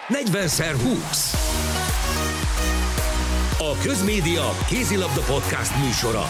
40x20. A Közmédia kézilabda podcast műsora.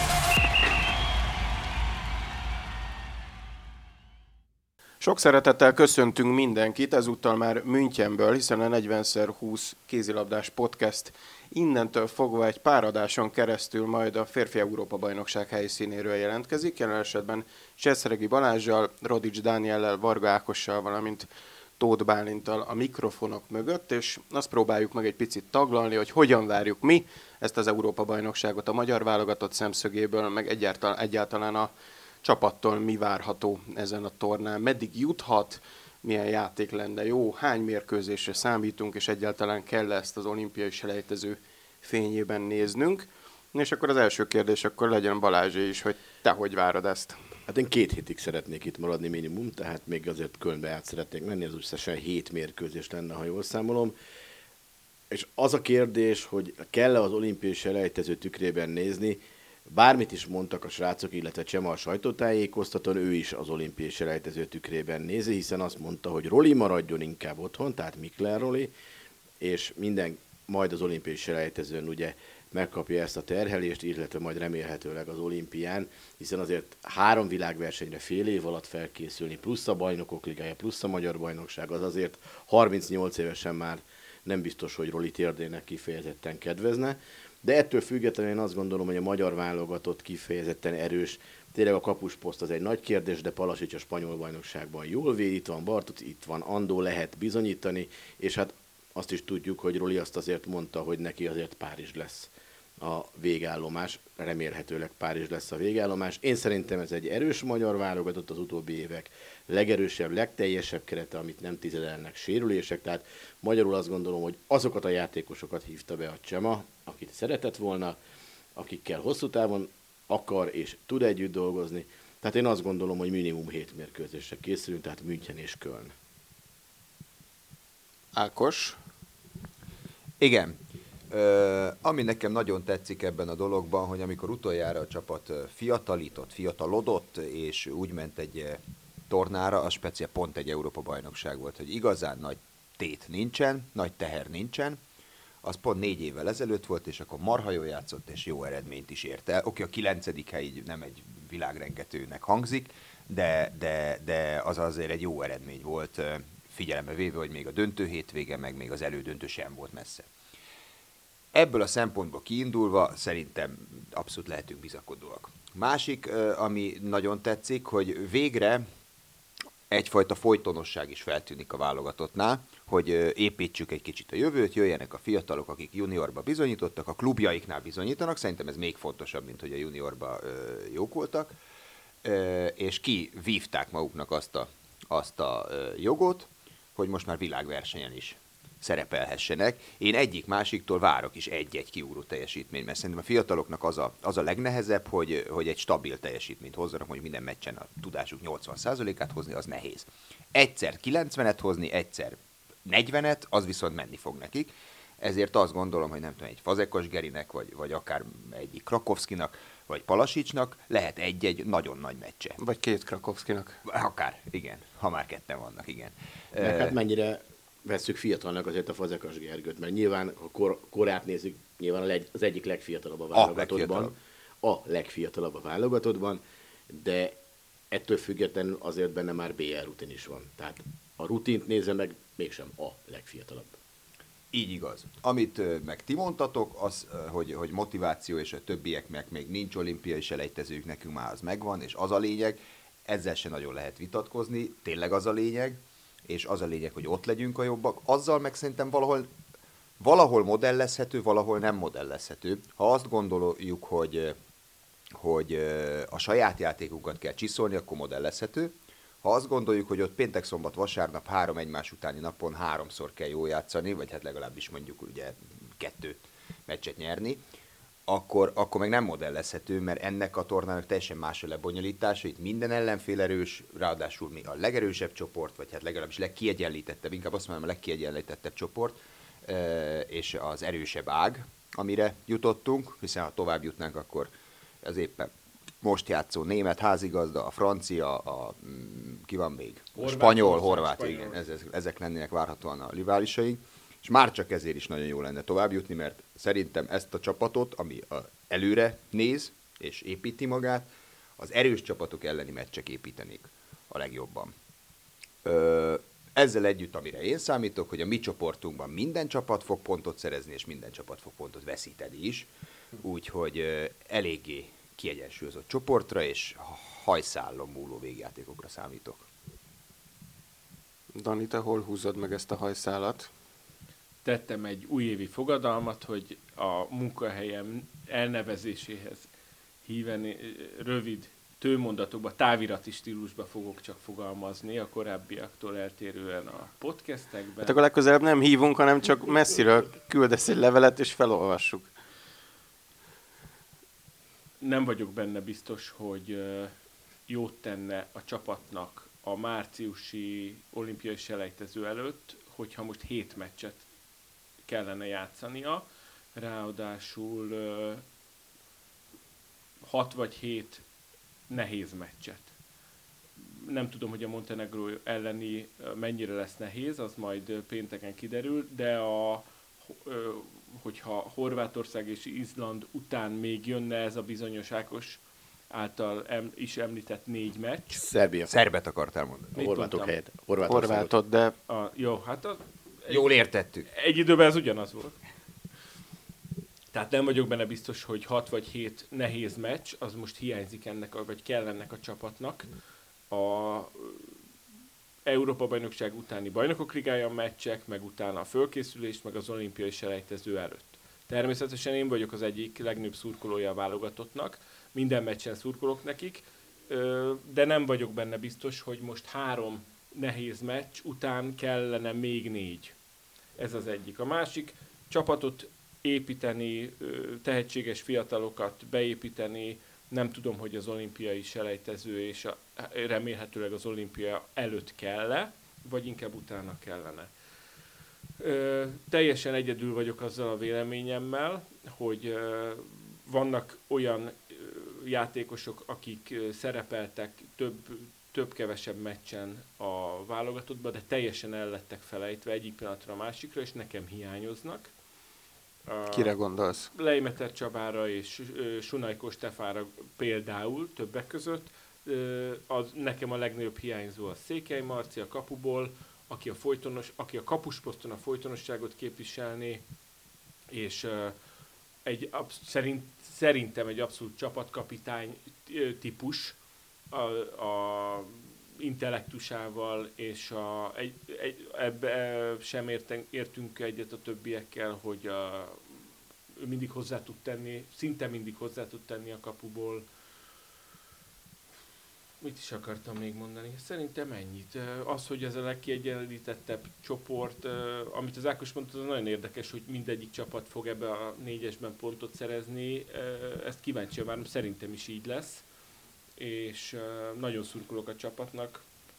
Sok szeretettel köszöntünk mindenkit, ezúttal már Münchenből, hiszen a 40x20 kézilabdás podcast innentől fogva egy pár adáson keresztül majd a férfi Európa-bajnokság helyszínéről jelentkezik, jelen esetben Csesszregi Balázssal, Rodics Dániellel, Varga Ákossal, valamint Tóth Bálinttal a mikrofonok mögött, és azt próbáljuk meg egy picit taglalni, hogy hogyan várjuk mi ezt az Európa-bajnokságot a magyar válogatott szemszögéből, meg egyáltalán a csapattól mi várható ezen a tornán, meddig juthat, milyen játék lenne jó, hány mérkőzésre számítunk, és egyáltalán kell ezt az olimpiai selejtező fényében néznünk. És akkor az első kérdés akkor legyen Balázsé is, hogy te hogy várod ezt? Hát én 2 hétig szeretnék itt maradni minimum, tehát még azért Kölnbe át szeretnék menni, az összesen 7 mérkőzés lenne, ha jól számolom. És az a kérdés, hogy kell-e az olimpiai selejtező tükrében nézni, bármit is mondtak a srácok, illetve Csema a sajtótájékoztatón, ő is az olimpiai selejtező tükrében nézi, hiszen azt mondta, hogy Roli maradjon inkább otthon, tehát Mikler Roli, és minden majd az olimpiai selejtezőn ugye megkapja ezt a terhelést, illetve majd remélhetőleg az olimpián, hiszen azért 3 világversenyre fél év alatt felkészülni, plusz a bajnokok ligája, plusz a magyar bajnokság, az azért 38 évesen már nem biztos, hogy Roli térdének kifejezetten kedvezne. De ettől függetlenül én azt gondolom, hogy a magyar válogatott kifejezetten erős. Tényleg a kapusposzt az egy nagy kérdés, de Palasics a spanyol bajnokságban jól véd, itt van Bartuc, itt van Andó, lehet bizonyítani, és hát azt is tudjuk, hogy Roli azt azért mondta, hogy neki azért Párizs lesz a végállomás, remélhetőleg Párizs lesz a végállomás. Én szerintem ez egy erős magyar válogatott, az utóbbi évek legerősebb, legteljesebb kerete, amit nem tizedelnek sérülések, tehát magyarul azt gondolom, hogy azokat a játékosokat hívta be a Csema, akit szeretett volna, akikkel hosszú távon akar és tud együtt dolgozni. Tehát én azt gondolom, hogy minimum 7 mérkőzésre készülünk, tehát München és Köln. Ákos? Igen. Ami nekem nagyon tetszik ebben a dologban, hogy amikor utoljára a csapat fiatalodott, és úgy ment egy tornára, az speciál pont egy Európa-bajnokság volt, hogy igazán nagy tét nincsen, nagy teher nincsen, az pont 4 évvel ezelőtt volt, és akkor marha jól játszott, és jó eredményt is ért el. Oké, a 9. hely így nem egy világrengetőnek hangzik, de az azért egy jó eredmény volt, figyelembe véve, hogy még a döntő hétvége, meg még az elődöntő sem volt messze. Ebből a szempontból kiindulva szerintem abszolút lehetünk bizakodóak. Másik, ami nagyon tetszik, hogy végre egyfajta folytonosság is feltűnik a válogatottnál, hogy építsük egy kicsit a jövőt, jöjjenek a fiatalok, akik juniorba bizonyítottak, a klubjaiknál bizonyítanak, szerintem ez még fontosabb, mint hogy a juniorba jók voltak, és kivívták maguknak azt a jogot, hogy most már világversenyen is szerepelhessenek. Én egyik-másiktól várok is egy-egy kiugró teljesítményt, mert szerintem a fiataloknak az a legnehezebb, hogy egy stabil teljesítményt hozzanak, hogy minden meccsen a tudásuk 80%-át hozni, az nehéz. Egyszer 90-et hozni, egyszer 40-et, az viszont menni fog nekik. Ezért azt gondolom, hogy nem tudom, egy Fazekas Gerinek, vagy akár egyik Krakowskinak, vagy Palasicsnak lehet egy-egy nagyon nagy meccse. Vagy 2 Krakowskinak. Akár, igen. Ha már ketten vannak, igen. Meg hát mennyire vesszük fiatalnak azért a Fazekas Gergőt, mert nyilván, ha korát nézzük, nyilván az egyik legfiatalabb a válogatottban. A legfiatalabb a válogatottban, de ettől függetlenül azért benne már BL rutin is van. Tehát a rutint nézve meg mégsem a legfiatalabb. Így igaz. Amit meg ti mondtatok, az, hogy motiváció és a többieknek még nincs olimpiai selejtezők, nekünk már az megvan, és az a lényeg, ezzel se nagyon lehet vitatkozni, tényleg az a lényeg, és az a lényeg, hogy ott legyünk a jobbak, azzal meg szerintem valahol modellezhető, valahol nem modellezhető. Ha azt gondoljuk, hogy a saját játékunkat kell csiszolni, akkor modellezhető. Ha azt gondoljuk, hogy ott péntek, szombat, vasárnap 3 egymás utáni napon 3-szor kell jól játszani, vagy hát legalábbis mondjuk ugye 2 meccset nyerni, akkor meg nem modellezhető, mert ennek a tornának teljesen más a lebonyolítása, itt minden ellenfél erős, ráadásul mi a legerősebb csoport, vagy hát legalábbis legkiegyenlítettebb, inkább azt mondom, a legkiegyenlítettebb csoport, és az erősebb ág, amire jutottunk, hiszen ha tovább jutnánk, akkor az éppen most játszó német házigazda, a francia, ki van még? A spanyol, horvát, igen, ezek lennének várhatóan a riválisaink. És már csak ezért is nagyon jó lenne tovább jutni, mert szerintem ezt a csapatot, ami előre néz és építi magát, az erős csapatok elleni meccsek építenék a legjobban. Ezzel együtt, amire én számítok, hogy a mi csoportunkban minden csapat fog pontot szerezni, és minden csapat fog pontot veszíteni is, úgyhogy eléggé kiegyensúlyozott csoportra, és hajszálon múló végjátékokra számítok. Dani, te hol húzod meg ezt a hajszálat? Tettem egy újévi fogadalmat, hogy a munkahelyem elnevezéséhez híven rövid tőmondatokba, távirati stílusba fogok csak fogalmazni, a korábbiaktól eltérően a podcastekben. Hát akkor legközelebb nem hívunk, hanem csak messziről küldesz egy levelet, és felolvassuk. Nem vagyok benne biztos, hogy jót tenne a csapatnak a márciusi olimpiai selejtező előtt, hogyha most 7 meccset kellene játszania, ráadásul 6 vagy 7 nehéz meccset. Nem tudom, hogy a Montenegró elleni mennyire lesz nehéz, az majd pénteken kiderül, de hogyha Horvátország és Izland után még jönne ez a bizonyos Ákos által is említett 4 meccs. Szerbia. Szerbet akartál mondani. A horvátok helyett. Horvátot, de... Jó, hát Jól értettük. egy időben ez ugyanaz volt. Tehát nem vagyok benne biztos, hogy 6 vagy 7 nehéz meccs, az most hiányzik ennek, vagy kell ennek a csapatnak. A Európa-bajnokság utáni bajnokok ligája meccsek, meg utána a fölkészülés, meg az olimpiai selejtező előtt. Természetesen én vagyok az egyik legnagyobb szurkolója a válogatottnak, minden meccsen szurkolok nekik, de nem vagyok benne biztos, hogy most 3 nehéz meccs után kellene még 4. Ez az egyik. A másik, csapatot építeni, tehetséges fiatalokat beépíteni, nem tudom, hogy az olimpiai selejtező és remélhetőleg az olimpia előtt kell-e, vagy inkább utána kellene. Teljesen egyedül vagyok azzal a véleményemmel, hogy vannak olyan játékosok, akik szerepeltek több-kevesebb meccsen a válogatottban, de teljesen el lettek felejtve egyik pillanatra a másikra, és nekem hiányoznak. Kire gondolsz? Leimeter Csabára és Sunajko Stefánra például többek között. Nekem a legnagyobb hiányzó a Székely Marci a kapuból, aki a kapusposzton a folytonosságot képviselni, és szerintem egy abszolút csapatkapitány típus a intellektusával, és ebbe sem értünk egyet a többiekkel, hogy ő mindig hozzá tud tenni, szinte mindig hozzá tud tenni a kapuból. Mit is akartam még mondani? Szerintem ennyit. Az, hogy ez a legkiegyenlítettebb csoport, amit az Ákos mondta, az nagyon érdekes, hogy mindegyik csapat fog ebbe a 4-esben pontot szerezni. Ezt kíváncsian várom, szerintem is így lesz. És nagyon szurkolok a csapatnak.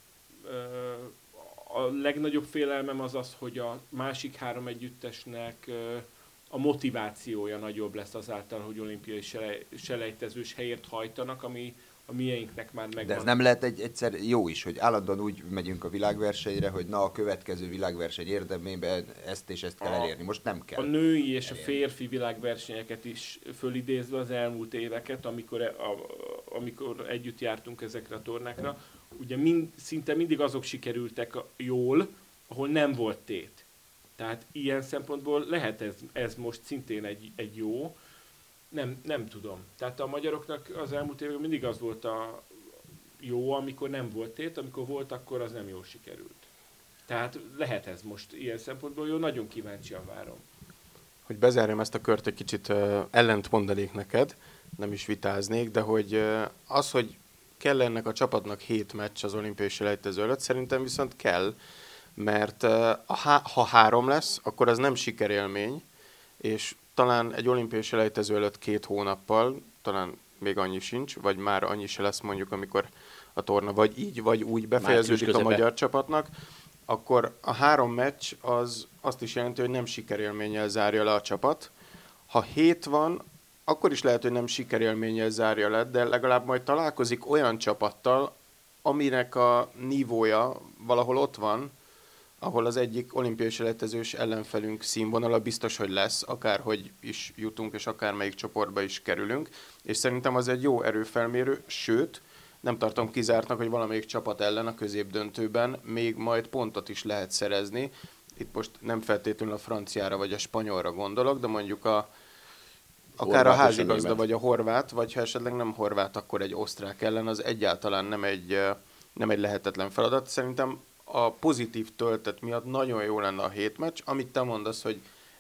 A legnagyobb félelmem az, hogy a másik 3 együttesnek a motivációja nagyobb lesz azáltal, hogy olimpiai selejtezős helyért hajtanak, ami a mieinknek már megvan. De ez nem lehet egyszer jó is, hogy állandóan úgy megyünk a világversenyre, hogy na a következő világverseny érdemében ezt és ezt kell elérni. Most nem kell. A női és a férfi világversenyeket is fölidézve az elmúlt éveket, amikor együtt jártunk ezekre a tornákra, ugye szinte mindig azok sikerültek jól, ahol nem volt tét. Tehát ilyen szempontból lehet ez most szintén egy jó. Nem tudom. Tehát a magyaroknak az elmúlt években mindig az volt a jó, amikor nem volt tét, amikor volt, akkor az nem jól sikerült. Tehát lehet ez most ilyen szempontból jó, nagyon kíváncsian várom. Hogy bezárjam ezt a kört, egy kicsit ellent mondanék neked, nem is vitáznék, de hogy az, hogy kell ennek a csapatnak 7 meccs az olimpiai selejtező előtt, szerintem viszont kell, mert ha 3 lesz, akkor az nem sikerélmény, és talán egy olimpiai selejtező előtt 2 hónappal, talán még annyi sincs, vagy már annyi se lesz mondjuk, amikor a torna vagy így, vagy úgy befejeződik a magyar csapatnak, akkor a 3 meccs az azt is jelenti, hogy nem sikerélménnyel zárja le a csapat. Ha 7 van, akkor is lehet, hogy nem sikerélménnyel zárja le, de legalább majd találkozik olyan csapattal, aminek a nívója valahol ott van, ahol az egyik olimpiai selejtezős ellenfelünk színvonala biztos, hogy lesz, akárhogy is jutunk, és akármelyik csoportba is kerülünk, és szerintem az egy jó erőfelmérő, sőt, nem tartom kizártnak, hogy valamelyik csapat ellen a középdöntőben még majd pontot is lehet szerezni. Itt most nem feltétlenül a franciára vagy a spanyolra gondolok, de mondjuk akár a házigazda vagy a horvát, vagy ha esetleg nem horvát, akkor egy osztrák ellen, az egyáltalán nem egy lehetetlen feladat. Szerintem a pozitív töltet miatt nagyon jó lenne a 7 meccs, amit te mondasz, hogy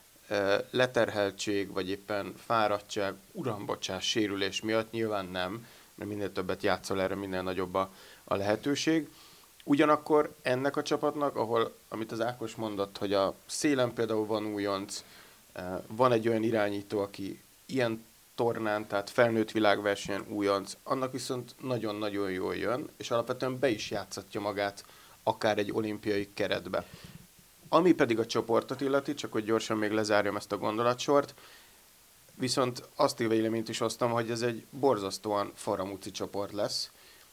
leterheltség, vagy éppen fáradtság, urambocsás, sérülés miatt nyilván nem, mert minél többet játszol erre, minél nagyobb a lehetőség. Ugyanakkor ennek a csapatnak, amit az Ákos mondott, hogy a szélen például van újonc, van egy olyan irányító, aki ilyen tornán, tehát felnőtt világversenyen újonc, annak viszont nagyon-nagyon jól jön, és alapvetően be is játszatja magát akár egy olimpiai keretbe. Ami pedig a csoportot illeti, csak hogy gyorsan még lezárjam ezt a gondolatsort, viszont azt a véleményt is osztam, hogy ez egy borzasztóan faramúci csoport lesz.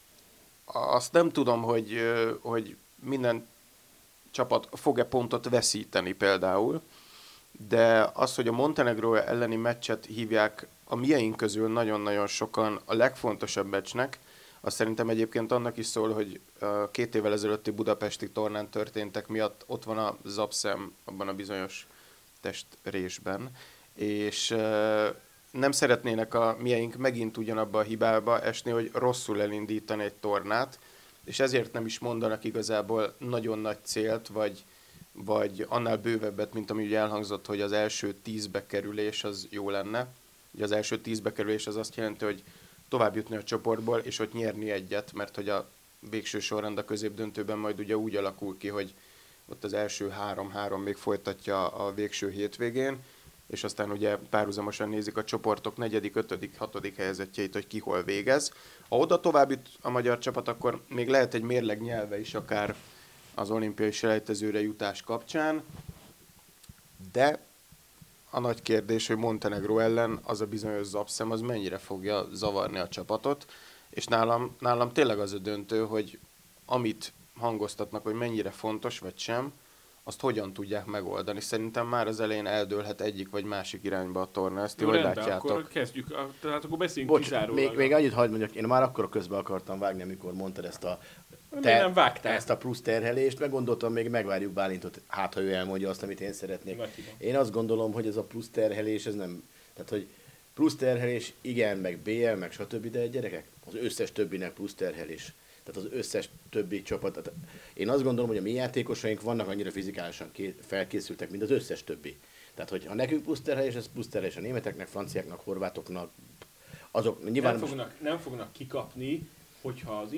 Azt nem tudom, hogy minden csapat fog-e pontot veszíteni például, de az, hogy a Montenegró elleni meccset hívják a mieink közül nagyon-nagyon sokan a legfontosabb meccsnek, azt szerintem egyébként annak is szól, hogy 2 évvel ezelőtti budapesti tornán történtek miatt ott van a Zapszem abban a bizonyos testrésben, és nem szeretnének a mieink megint ugyanabba a hibába esni, hogy rosszul elindítani egy tornát, és ezért nem is mondanak igazából nagyon nagy célt, vagy annál bővebbet, mint ami ugye elhangzott, hogy az első 10-be kerülés az jó lenne. Ugye az első 10-be kerülés az azt jelenti, hogy tovább jutni a csoportból, és ott nyerni egyet, mert hogy a végső sorrend a középdöntőben majd ugye úgy alakul ki, hogy ott az első 3-3 még folytatja a végső hétvégén, és aztán ugye párhuzamosan nézik a csoportok 4., 5., 6. helyezettjeit, hogy ki hol végez. Ha oda tovább jut a magyar csapat, akkor még lehet egy mérleg nyelve is akár az olimpiai selejtezőre jutás kapcsán, de a nagy kérdés, hogy Montenegró ellen az a bizonyos Zapszem, az mennyire fogja zavarni a csapatot, és nálam tényleg az a döntő, hogy amit hangoztatnak, hogy mennyire fontos vagy sem, azt hogyan tudják megoldani. Szerintem már az elején eldőlhet egyik vagy másik irányba a torna. Ezt hogy látjátok? Akkor kezdjük, tehát akkor beszéljünk kizárólag. Még annyit hagyd mondjak, én már akkor közben akartam vágni, amikor mondtad ezt a plusz terhelést, meg gondoltam, még megvárjuk Bálintot, hát ha ő elmondja azt, amit én szeretnék. Én azt gondolom, hogy ez a plusz terhelés, ez nem, tehát hogy plusz terhelés, igen, meg BL, meg stb., de gyerekek, az összes többinek plusz terhelés. Tehát az összes többi csapat. Tehát én azt gondolom, hogy a mi játékosaink vannak annyira fizikálisan felkészültek, mint az összes többi. Tehát, hogy ha nekünk plusz terhelés, ez plusz terhelés a németeknek, franciáknak, horvátoknak, azok nyilván... Nem fognak kikapni, hogyha az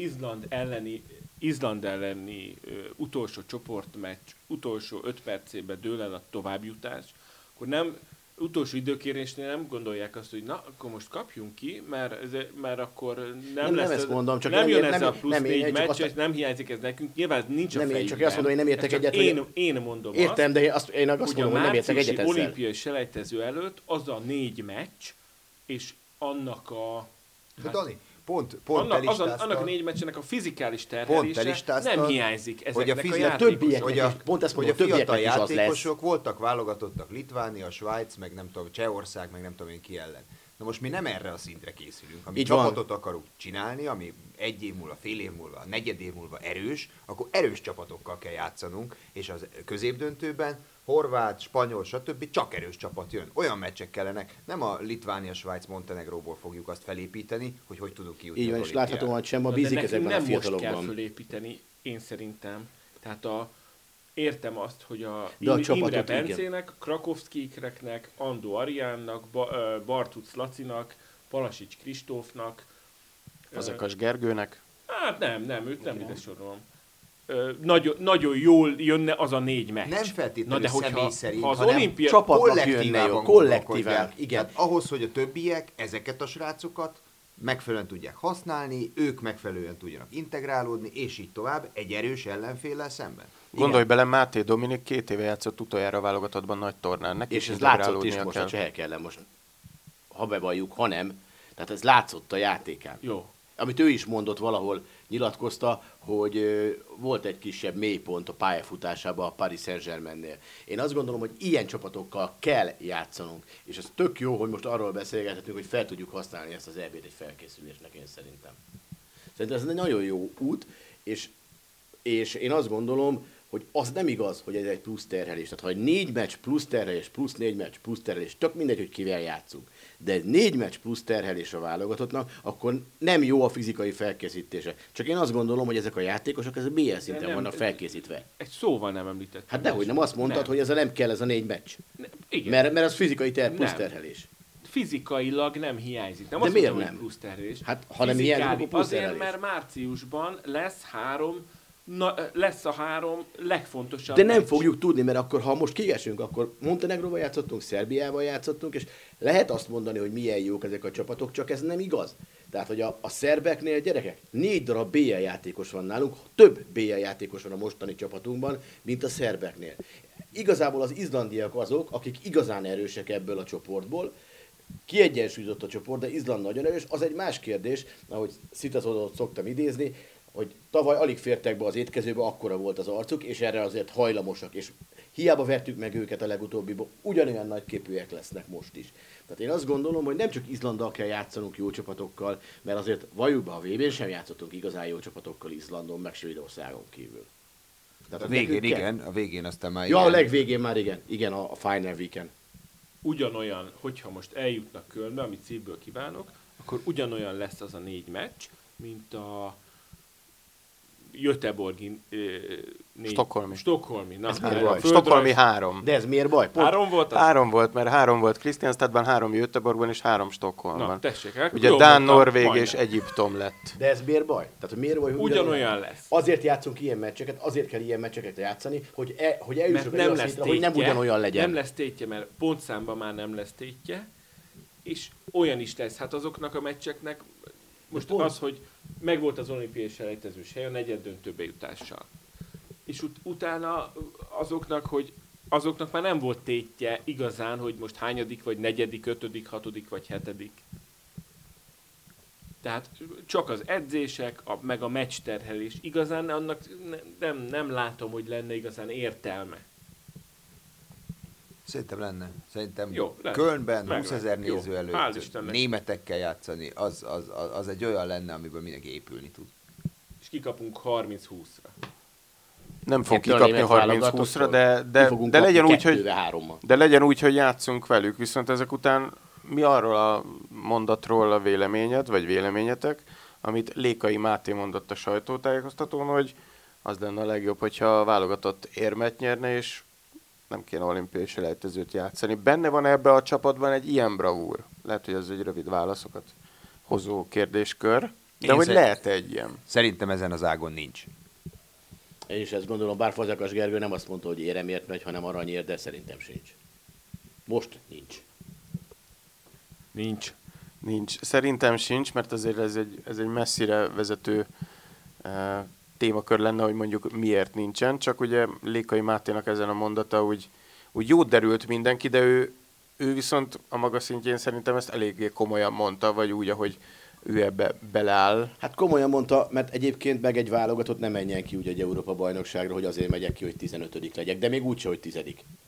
Izland elleni utolsó csoportmeccs utolsó 5 percében dől el a továbbjutás, akkor nem utolsó időkérésnél nem gondolják azt, hogy na, akkor most kapjunk ki, mert akkor nem lesz, ezt mondom, csak nem jön ez a plusz 4 meccs, és nem hiányzik ez nekünk. Nyilván ez nincs a fejükben. Én csak azt mondom, hogy nem értek egyet. Én mondom értem, de én azt mondom, hogy nem értek egyet ezzel. A olimpiai selejtező előtt az a 4 meccs, és annak a... Dani, pont annak a 4 meccsenek a fizikális terhelése nem hiányzik ezeknek a játékosoknak. Hogy a fiatal játékosok voltak válogatottak Litvánia, Svájc, meg nem tudom, Csehország, meg nem tudom én ki ellen. Na most mi nem erre a szintre készülünk. Ami csapatot akarunk csinálni, ami 1 év múlva, fél év múlva, 4 év múlva erős, akkor erős csapatokkal kell játszanunk, és az középdöntőben horvát, spanyol, stb. Csak erős csapat jön. Olyan meccsek kellenek, nem a Litvánia, Svájc, Montenegróból fogjuk azt felépíteni, hogy tudunk kijutni. Így van, és láthatóan, hogy sem a bízik ezekben a fiatalokban. Nem most kell felépíteni, én szerintem. Tehát értem azt, hogy Imre Bencének, Krakowski-iknek, Andó Ariánnak, Bartuc Lacinak, Palasics Kristófnak, Fazekas Gergőnek. Hát nem, őt nem ide sorolom. Nagyon jól jönne az a 4 meccs. Nem feltétlenül személy szerint, ha az hanem kollektívan. Igen, ahhoz, hogy a többiek ezeket a srácokat megfelelően tudják használni, ők megfelelően tudjanak integrálódni, és így tovább egy erős ellenféllel szemben. Gondolj bele, Máté Dominik 2 éve játszott utoljára válogatottban nagy tornán. Neki és ez látszott is most a csehek ellen most, ha bevalljuk, ha nem. Tehát ez látszott a játékán. Jó. amit ő is mondott valahol, nyilatkozta, hogy volt egy kisebb mélypont a pályafutásában a Paris Saint-Germainnél. Én azt gondolom, hogy ilyen csapatokkal kell játszanunk, és ez tök jó, hogy most arról beszélgethetünk, hogy fel tudjuk használni ezt az EB-t egy felkészülésnek, én szerintem. Szerintem ez egy nagyon jó út, és én azt gondolom, hogy az nem igaz, hogy ez egy plusz terhelés. Tehát ha egy 4 meccs plusz terhelés, plusz 4 meccs plusz terhelés, tök mindegy, hogy kivel játszunk. De egy 4 meccs plusz terhelés a válogatottnak, akkor nem jó a fizikai felkészítése. Csak én azt gondolom, hogy ezek a játékosok ez a BL szinten vannak felkészítve. Egy szóval nem említettem. Hát dehogy nem azt mondtad, hogy ez nem kell ez a 4 meccs. Igen. Mert az fizikai plusz terhelés. Fizikailag nem hiányzik. Nem de azt miért mondom, nem? Hogy plusz terhelés. Hát, ha nem hiányzik, akkor plusz azért, terhelés. mert márciusban lesz a 3 legfontosabb De nem meccs. fogjuk tudni, mert akkor, ha most kiesünk, akkor Montenegróval játszottunk, Szerbiával játszottunk, és lehet azt mondani, hogy milyen jók ezek a csapatok, csak ez nem igaz. Tehát, hogy a szerbeknél, gyerekek, 4 darab BL játékos van nálunk, több BL játékos van a mostani csapatunkban, mint a szerbeknél. Igazából az izlandiak azok, akik igazán erősek ebből a csoportból, kiegyensúlyozott a csoport, de Izland nagyon erős. Az egy más kérdés, ahogy Szitaszodot szoktam idézni, hogy tavaly alig fértek be az étkezőbe, akkora volt az arcuk, és erre azért hajlamosak, és hiába vertük meg őket a legutóbbiból, ugyanolyan nagyképűek lesznek most is. Tehát én azt gondolom, hogy nem csak Izlanddal kell játszanunk jó csapatokkal, mert azért valljuk be, a VB-n sem játszottunk igazán jó csapatokkal Izlandon, meg Svédországon kívül. Tehát A végén igen, a végén aztán már ja, igen. a legvégén már igen. Igen, a Final Weekend. Ugyanolyan, hogyha most eljutnak Kölnbe, amit szívből kívánok, akkor ugyanolyan lesz az a 4 meccs, mint a Göteborgi Stockholmi. Na, Ez mert miért a baj? földrajz- Stockholmi 3. De ez miért baj? Pont 3 volt az? 3 volt, mert 3 volt Kristianstadban, 3 Göteborgban és 3 Stockholmban. Na, tessék, akkor Ugye jól Dán, mondtam, Norvég majdnem. és Egyiptom lett. De ez miért baj? Tehát miért baj, hogy Ugyanolyan lesz. Azért játszunk ilyen meccseket, azért kell ilyen meccseket játszani, hogy Mert eljussuk egy nem olyan lesz szintre, hogy nem tétje, ugyanolyan legyen. Nem lesz tétje, mert pontszámban már nem lesz tétje, és olyan is lesz. Hát azoknak a meccseknek most pont. az, hogy megvolt az olimpiai selejtezős hely a negyed döntőbe jutással. És utána azoknak már nem volt tétje igazán, hogy most hányadik, vagy negyedik, 5., 6. vagy 7. Tehát csak az edzések, meg a meccs terhelés. Igazán annak nem látom, hogy lenne igazán értelme. Szerintem lenne. Szerintem Jó, lenne. Kölnben Meg 20 000 lenne. Jó. néző Hál' előtt Istennek. németekkel játszani, az egy olyan lenne, amiből mindenki épülni tud. És kikapunk 30-20-ra. Nem fog Ettől a kikapni német 30-20-ra, válogatottól de legyen úgy, hogy 2-3-mal. de legyen úgy, hogy játszunk velük. Viszont ezek után mi arról a mondatról a véleményed, vagy véleményetek, amit Lékai Máté mondott a sajtótájékoztatón, hogy az lenne a legjobb, hogyha a válogatott érmet nyerne, és nem kéne olimpiai selejtezőt játszani. Benne van ebbe a csapatban egy ilyen bravúr? Lehet, hogy ez egy rövid válaszokat hozó kérdéskör, de Én hogy szerint- lehet egy ilyen? Szerintem ezen az ágon nincs. Én is ezt gondolom, bár Fazekas Gergő nem azt mondta, hogy éremért megy, hanem aranyért, de szerintem sincs. Most nincs. Nincs. Szerintem sincs, mert azért ez egy messzire vezető témakör lenne, hogy mondjuk miért nincsen. Csak ugye Lékai Máténak ezen a mondata úgy jót derült mindenki, de ő viszont a maga szintjén szerintem ezt eléggé komolyan mondta, vagy úgy, ahogy ő ebbe beleáll. Hát komolyan mondta, mert egyébként meg egy válogatott nem menjen ki úgy egy Európa-bajnokságra, hogy azért megyek ki, hogy 15. legyek, de még úgyse, hogy 10.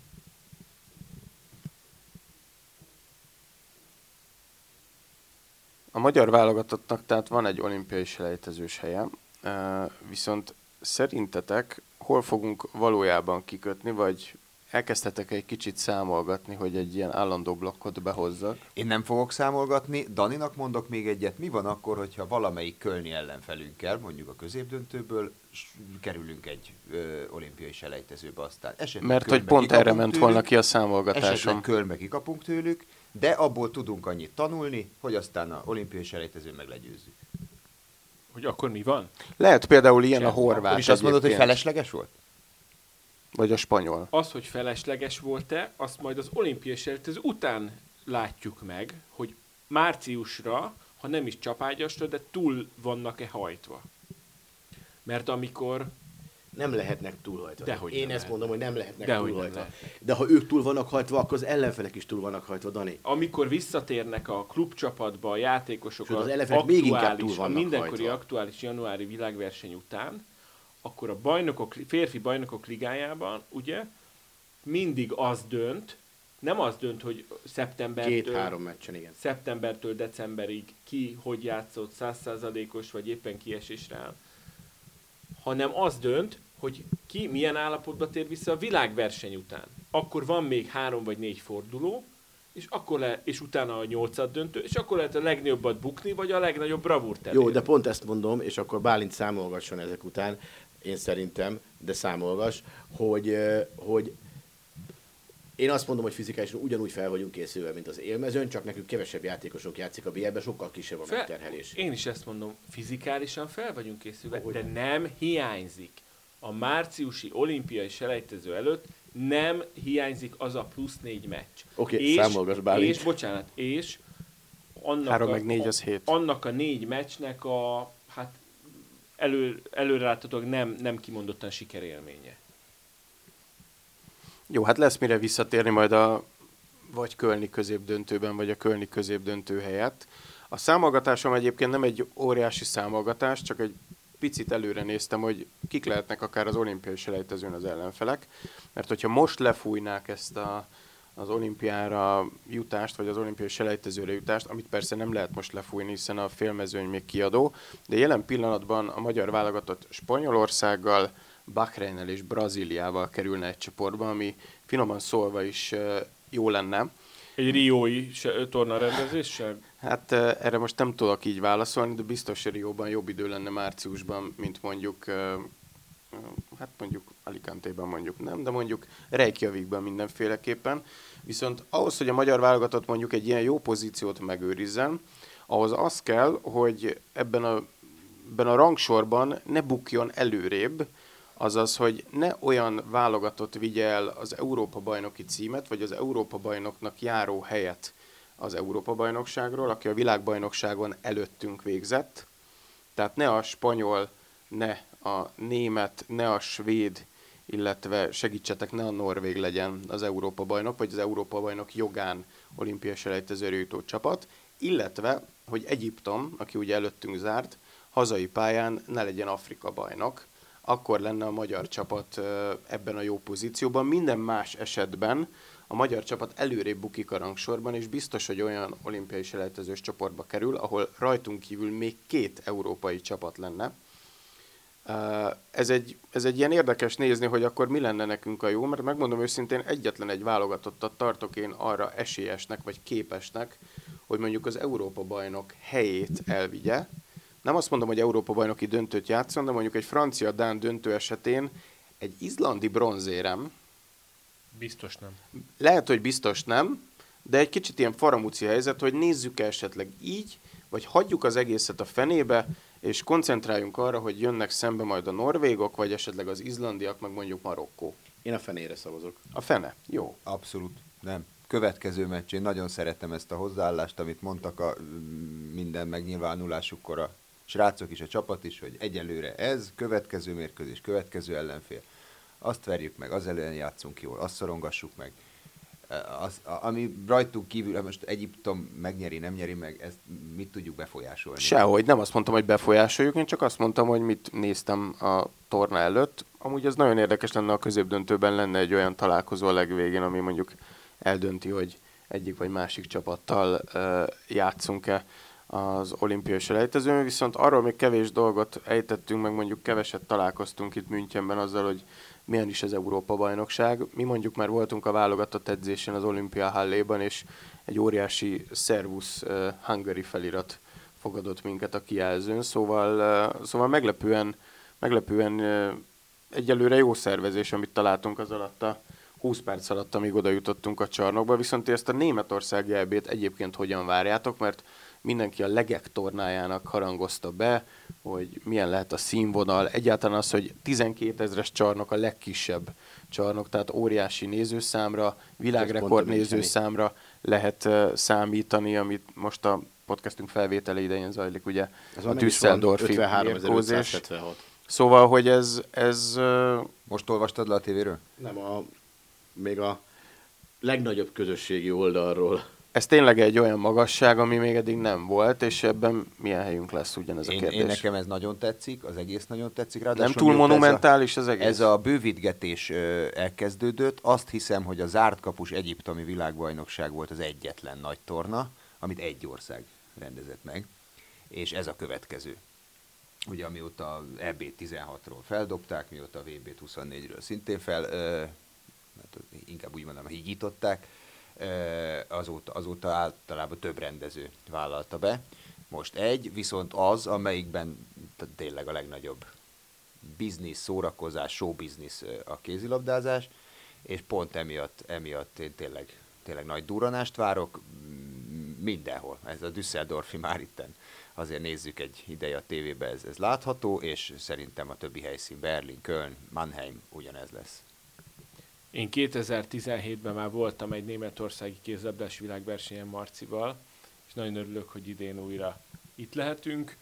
A magyar válogatottnak tehát van egy olimpiai selejtezős helye, viszont szerintetek hol fogunk valójában kikötni, vagy elkezdtetek egy kicsit számolgatni, hogy egy ilyen állandó blokkot behozzak? Én nem fogok számolgatni, Daninak mondok még egyet, mi van akkor, hogyha valamelyik kölni ellenfelünkkel, mondjuk a középdöntőből kerülünk egy olimpiai selejtezőbe aztán. Esetleg Mert hogy Kölnbe pont erre kikapunk ment tőlük, volna ki a számolgatásom. esetleg Kölnbe kikapunk tőlük, de abból tudunk annyit tanulni, hogy aztán a olimpiai selejtezőn meg legyőzzük. Hogy akkor mi van? Lehet például ilyen a Akkor horvát is azt mondod, hogy egyébként, felesleges volt? vagy a spanyol. Az, hogy felesleges volt-e, azt majd az olimpiai selejtező után látjuk meg, hogy márciusra, ha nem is csapágyasra, de túl vannak-e hajtva. Mert amikor nem lehetnek túlhajtva. Dehogy Én nem ezt mondom, hogy nem lehetnek Dehogy túlhajtva. nem De ha ők túl vannak hajtva, akkor az ellenfelek is túl vannak hajtva, Dani. Amikor visszatérnek a klubcsapatba a játékosok Sőt, az ellenfelek még inkább túl a vannak mindenkori hajtva. aktuális januári világverseny után, akkor a férfi bajnokok ligájában ugye mindig az dönt, nem az dönt, hogy szeptembertől 2-3 meccsen, igen. szeptembertől decemberig ki hogy játszott 100%-os vagy éppen kiesésre áll, hanem az dönt, hogy ki milyen állapotba tér vissza a világverseny után. Akkor van még 3 vagy 4 forduló, és utána a 8. döntő, és akkor lehet a legnagyobbat bukni, vagy a legnagyobb bravúrt elérni. Jó, de pont ezt mondom, és akkor Bálint számolgasson ezek után, én szerintem, de számolgass, hogy én azt mondom, hogy fizikálisan ugyanúgy fel vagyunk készülve, mint az élmezőn, csak nekünk kevesebb játékosok játszik a BL-ben, sokkal kisebb a megterhelés. Én is ezt mondom, fizikálisan fel vagyunk készülve, Ahogy de nem hiányzik. A márciusi olimpiai selejtező előtt nem hiányzik az a plusz 4 meccs. Oké, számolgass, Bálint. És, bocsánat, és annak 3 meg 4 az 7. Annak a 4 meccsnek a, hát előreláthatóan nem kimondottan sikerélménye. Jó, hát lesz mire visszatérni majd a vagy kölni középdöntőben, vagy a kölni középdöntő helyett. A számolgatásom egyébként nem egy óriási számolgatás, csak egy picit előre néztem, hogy kik lehetnek akár az olimpiai selejtezőn az ellenfelek, mert hogyha most lefújnák ezt az olimpiára jutást, vagy az olimpiai selejtezőre jutást, amit persze nem lehet most lefújni, hiszen a félmezőny még kiadó, de jelen pillanatban a magyar válogatott Spanyolországgal, Bahreinnel és Brazíliával kerülne egy csoportba, ami finoman szólva is jó lenne. Egy riói torna rendezéssel? Hát erre most nem tudok így válaszolni, de biztos, hogy Rióban jobb idő lenne márciusban, mint mondjuk Alicante-ban mondjuk nem, de mondjuk Reykjavikban mindenféleképpen. Viszont ahhoz, hogy a magyar válogatott mondjuk egy ilyen jó pozíciót megőrizzen, ahhoz az kell, hogy ebben a rangsorban ne bukjon előrébb, azaz, hogy ne olyan válogatott vigye el az Európa-bajnoki címet, vagy az Európa-bajnoknak járó helyet az Európa-bajnokságról, aki a világbajnokságon előttünk végzett. Tehát ne a spanyol, ne a német, ne a svéd, illetve segítsetek, ne a norvég legyen az Európa-bajnok, vagy az Európa-bajnok jogán olimpiai selejtezőre jutó csapat, illetve, hogy Egyiptom, aki ugye előttünk zárt, hazai pályán ne legyen Afrika-bajnok, akkor lenne a magyar csapat ebben a jó pozícióban. Minden más esetben a magyar csapat előrébb bukik a rangsorban, és biztos, hogy olyan olimpiai selejtezős csoportba kerül, ahol rajtunk kívül még 2 európai csapat lenne. Ez egy ilyen érdekes nézni, hogy akkor mi lenne nekünk a jó, mert megmondom őszintén, egyetlen egy válogatottat tartok én arra esélyesnek, vagy képesnek, hogy mondjuk az Európa-bajnok helyét elvigye. Nem azt mondom, hogy Európa-bajnoki döntőt játszon, de mondjuk egy francia-dán döntő esetén egy izlandi bronzérem. Biztos nem. Lehet, hogy biztos nem, de egy kicsit ilyen faramúci helyzet, hogy nézzük esetleg így, vagy hagyjuk az egészet a fenébe, és koncentráljunk arra, hogy jönnek szembe majd a norvégok, vagy esetleg az izlandiak, meg mondjuk Marokkó. Én a fenére szavazok. A fene? Jó. Abszolút nem. Következő meccs, én nagyon szeretem ezt a hozzáállást, amit mondtak a minden megnyilvánulásukkor a srácok is, a csapat is, hogy egyelőre ez, következő mérkőzés, következő ellenfél. Azt verjük meg, az ellen játszunk jól, azt szorongassuk meg. Ami rajtunk kívül, most Egyiptom megnyeri, nem nyeri meg, ezt mit tudjuk befolyásolni? Sehogy, nem azt mondtam, hogy befolyásoljuk, én csak azt mondtam, hogy mit néztem a torna előtt. Amúgy ez nagyon érdekes lenne, a középdöntőben lenne egy olyan találkozó a legvégén, ami mondjuk eldönti, hogy egyik vagy másik csapattal játszunk-e az olimpiai selejtezőn, viszont arról még kevés dolgot ejtettünk, meg mondjuk keveset találkoztunk itt Münchenben azzal, hogy milyen is az Európa-bajnokság. Mi mondjuk már voltunk a válogatott edzésen az Olympia Halléban, és egy óriási Servus Hungary felirat fogadott minket a kijelzőn, szóval meglepően egyelőre jó szervezés, amit találtunk az alatt a 20 perc alatt, amíg oda jutottunk a csarnokba, viszont ezt a németországi EB-t egyébként hogyan várjátok, mert mindenki a legek tornájának harangozta be, hogy milyen lehet a színvonal. Egyáltalán az, hogy 12 000-es csarnok a legkisebb csarnok, tehát óriási nézőszámra, világrekord nézőszámra lehet számítani, amit most a podcastünk felvétele idején zajlik, ugye ez a Düsseldorfi 53.576. Szóval, hogy ez Most olvastad le a tévéről? Nem, még a legnagyobb közösségi oldalról. ez tényleg egy olyan magasság, ami még eddig nem volt, és ebben milyen helyünk lesz ugyanez a kérdés. Én nekem ez nagyon tetszik, az egész nagyon tetszik. Nem Ráadásul túl mióta monumentális az egész? Ez a bővítgetés elkezdődött. Azt hiszem, hogy a zárt kapus egyiptomi világbajnokság volt az egyetlen nagy torna, amit egy ország rendezett meg, és ez a következő. Ugye amióta EB16-ról feldobták, mióta VB 24-ről szintén inkább úgy mondom, hígították, azóta általában több rendező vállalta be. Most viszont az, amelyikben tényleg a legnagyobb biznisz, szórakozás, showbiznisz a kézilabdázás, és pont emiatt én tényleg nagy durranást várok mindenhol. Ez a Düsseldorfi már itten azért nézzük egy ideje a tévébe, ez látható, és szerintem a többi helyszín, Berlin, Köln, Mannheim ugyanez lesz. Én 2017-ben már voltam egy németországi kézilabdás világversenyen Marcival, és nagyon örülök, hogy idén újra itt lehetünk.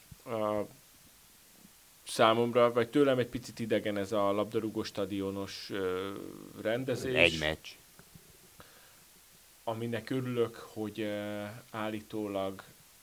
Számomra, vagy tőlem egy picit idegen ez a labdarúgó stadionos rendezés. Egy meccs. Aminek örülök, hogy állítólag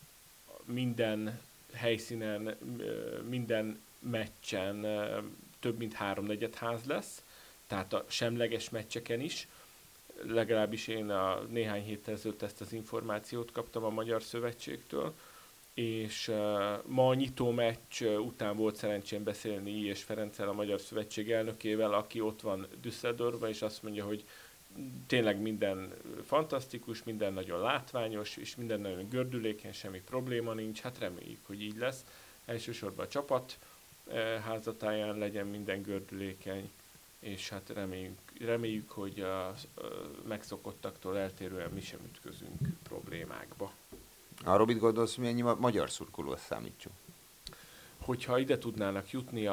minden helyszínen, minden meccsen több mint 3/4 ház lesz, tehát a semleges meccseken is. Legalábbis én néhány héttel ezelőtt ezt az információt kaptam a Magyar Szövetségtől, és ma a nyitó meccs után volt szerencsém beszélni I. Ferenccel, a Magyar Szövetség elnökével, aki ott van Düsseldorfban, és azt mondja, hogy tényleg minden fantasztikus, minden nagyon látványos, és minden nagyon gördülékeny, semmi probléma nincs. Hát reméljük, hogy így lesz. Elsősorban a csapat házatáján legyen minden gördülékeny, és hát reméljük, hogy a megszokottaktól eltérően mi sem ütközünk problémákba. Arról mit gondolsz, hogy ennyi magyar szurkolót számítsunk? Hogyha ide tudnának jutni,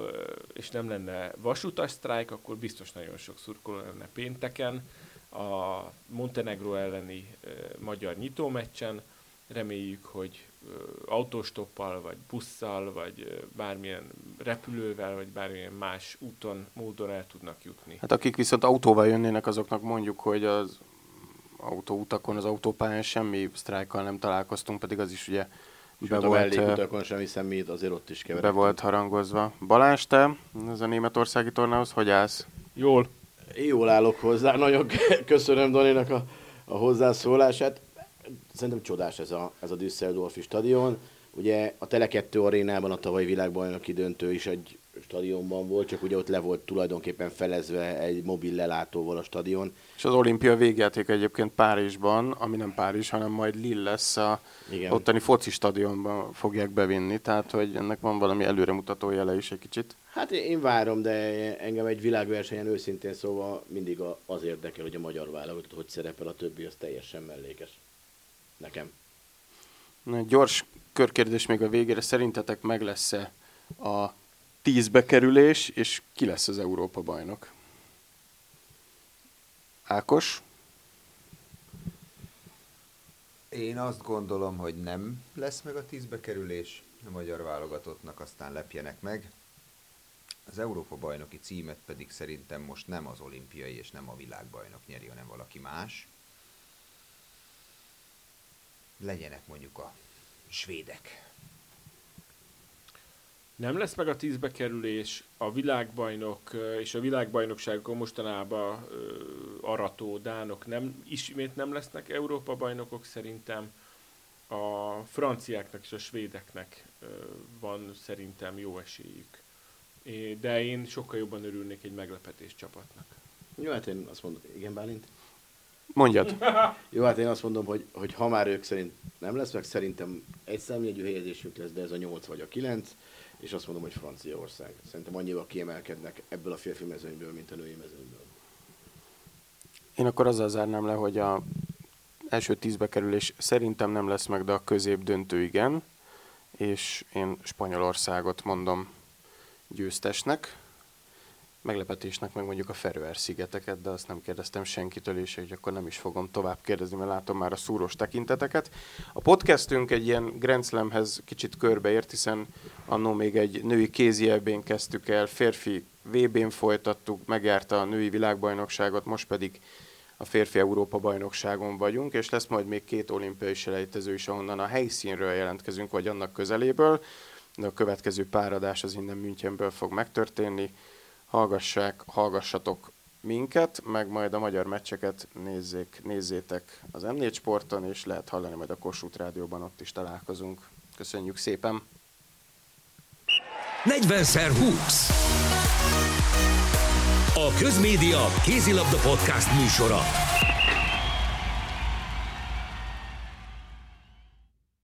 és nem lenne vasutas sztrájk, akkor biztos nagyon sok szurkoló lenne pénteken. A Montenegró elleni magyar nyitómeccsen reméljük, hogy autóstoppal, vagy busszal, vagy bármilyen repülővel, vagy bármilyen más úton, módon el tudnak jutni. Hát akik viszont autóval jönnének, azoknak mondjuk, hogy az autóutakon, az autópályán semmi sztrájkkal nem találkoztunk, pedig az is ugye a mellékutakon sem, hiszen mi azért ott is keveredtünk. Be volt harangozva. Balázs, te ez a németországi tornához hogy állsz? Jól. Jól állok hozzá, nagyon köszönöm Daninak a hozzászólását. Szerintem csodás ez a Düsseldorfi stadion. Ugye a Tele2 arénában a tavalyi világbajnoki döntő is egy stadionban volt, csak ugye ott le volt tulajdonképpen felezve egy mobil lelátóval a stadion. És az olimpia végjáték egyébként Párizsban, ami nem Párizs, hanem majd Lille lesz, ottani foci stadionban fogják bevinni, tehát hogy ennek van valami előremutató jele is egy kicsit. Hát én várom, de engem egy világversenyen őszintén szóval mindig az érdekel, hogy a magyar válogatott hogy szerepel, a többi az teljesen mellékes. Nekem. Na, gyors körkérdés még a végére. Szerintetek meg lesz-e a 10 bekerülés, és ki lesz az Európa-bajnok? Ákos? Én azt gondolom, hogy nem lesz meg a 10 bekerülés, a magyar válogatottnak aztán lepjenek meg. Az Európa-bajnoki címet pedig szerintem most nem az olimpiai és nem a világbajnok nyeri, hanem valaki más. Legyenek mondjuk a svédek. Nem lesz meg a 10 bekerülés, a világbajnok és a világbajnokságokon mostanában arató dánok ismét nem lesznek Európa-bajnokok szerintem. A franciáknak és a svédeknek van szerintem jó esélyük. De én sokkal jobban örülnék egy meglepetés csapatnak. Jó, hát én azt mondom, igen Bálint? Mondjad. Jó, hát én azt mondom, hogy ha már ők szerint nem lesz, meg szerintem egy számjegyű helyezésük lesz, de ez a 8 vagy a 9, és azt mondom, hogy Franciaország. Szerintem annyival kiemelkednek ebből a férfi mezőnyből, mint a női mezőnyből. Én akkor azzal zárnám le, hogy a első 10 bekerülés szerintem nem lesz meg, de a középdöntő igen, és én Spanyolországot mondom győztesnek. meglepetésnek meg mondjuk a Feröer-szigeteket, de azt nem kérdeztem senkitől, és hogy akkor nem is fogom tovább kérdezni, mert látom már a szúrós tekinteteket. A podcastünk egy ilyen Grand Slamhez kicsit körbeért, hiszen annó még egy női kézi EB-n kezdtük el, férfi VB-n folytattuk, megjárta a női világbajnokságot, most pedig a férfi Európa-bajnokságon vagyunk, és lesz majd még 2 olimpiai selejtező is, ahonnan a helyszínről jelentkezünk, vagy annak közeléből, de a következő páradás az innen Münchenből fog megtörténni. Hallgassatok minket, meg majd a magyar meccseket nézzétek az M4 Sporton, és lehet hallani majd a Kossuth Rádióban, ott is találkozunk. Köszönjük szépen! 40x20 A Közmédia kézilabda podcast műsora.